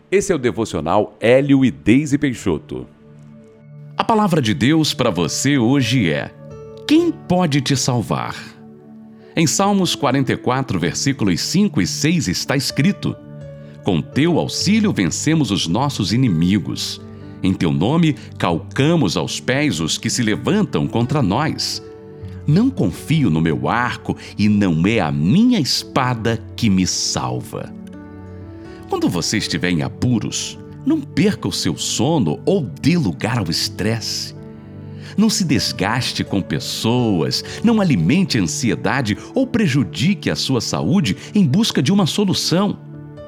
Esse é o devocional Hélio e Deise Peixoto. A palavra de Deus para você hoje é: quem pode te salvar? Em Salmos 44, versículos 5 e 6 está escrito: com teu auxílio vencemos os nossos inimigos. Em teu nome calcamos aos pés os que se levantam contra nós. Não confio no meu arco e não é a minha espada que me salva. Quando você estiver em apuros, não perca o seu sono ou dê lugar ao estresse. Não se desgaste com pessoas, não alimente a ansiedade ou prejudique a sua saúde em busca de uma solução.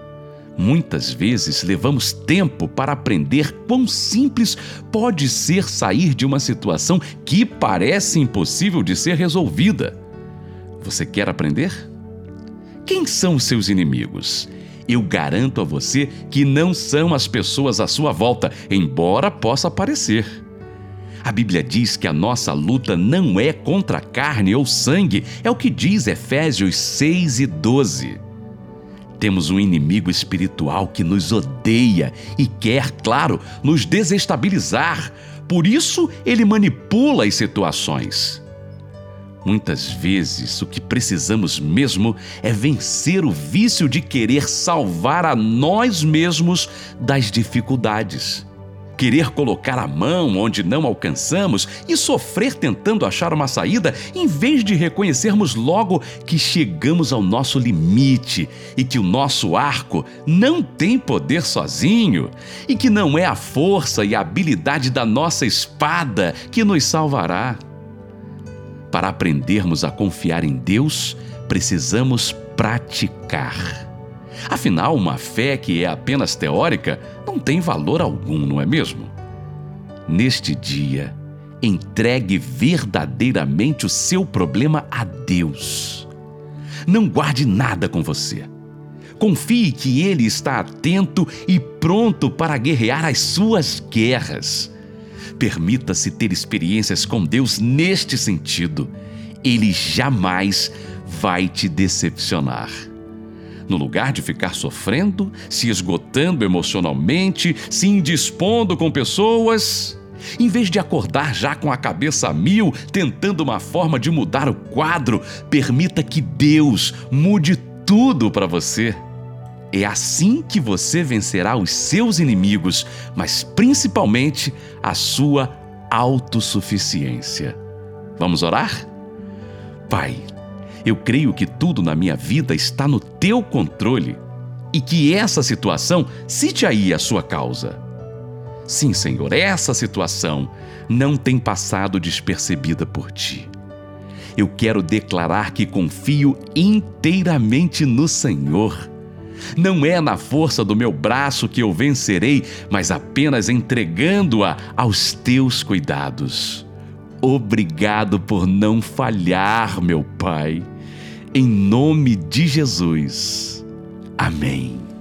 Muitas vezes levamos tempo para aprender quão simples pode ser sair de uma situação que parece impossível de ser resolvida. Você quer aprender? Quem são os seus inimigos? Eu garanto a você que não são as pessoas à sua volta, embora possa parecer. A Bíblia diz que a nossa luta não é contra carne ou sangue, é o que diz Efésios 6 e 12. Temos um inimigo espiritual que nos odeia e quer, claro, nos desestabilizar. Por isso, ele manipula as situações. Muitas vezes, o que precisamos mesmo é vencer o vício de querer salvar a nós mesmos das dificuldades. Querer colocar a mão onde não alcançamos e sofrer tentando achar uma saída, em vez de reconhecermos logo que chegamos ao nosso limite e que o nosso arco não tem poder sozinho e que não é a força e a habilidade da nossa espada que nos salvará. Para aprendermos a confiar em Deus, precisamos praticar. Afinal, uma fé que é apenas teórica não tem valor algum, não é mesmo? Neste dia, entregue verdadeiramente o seu problema a Deus. Não guarde nada com você. Confie que Ele está atento e pronto para guerrear as suas guerras. Permita-se ter experiências com Deus neste sentido. Ele jamais vai te decepcionar. No lugar de ficar sofrendo, se esgotando emocionalmente, se indispondo com pessoas, em vez de acordar já com a cabeça a mil, tentando uma forma de mudar o quadro, permita que Deus mude tudo para você. É assim que você vencerá os seus inimigos, mas principalmente a sua autossuficiência. Vamos orar? Pai, eu creio que tudo na minha vida está no teu controle e que essa situação cite aí a sua causa. Sim, Senhor, essa situação não tem passado despercebida por ti. Eu quero declarar que confio inteiramente no Senhor. Não é na força do meu braço que eu vencerei, mas apenas entregando-a aos teus cuidados. Obrigado por não falhar, meu Pai. Em nome de Jesus. Amém.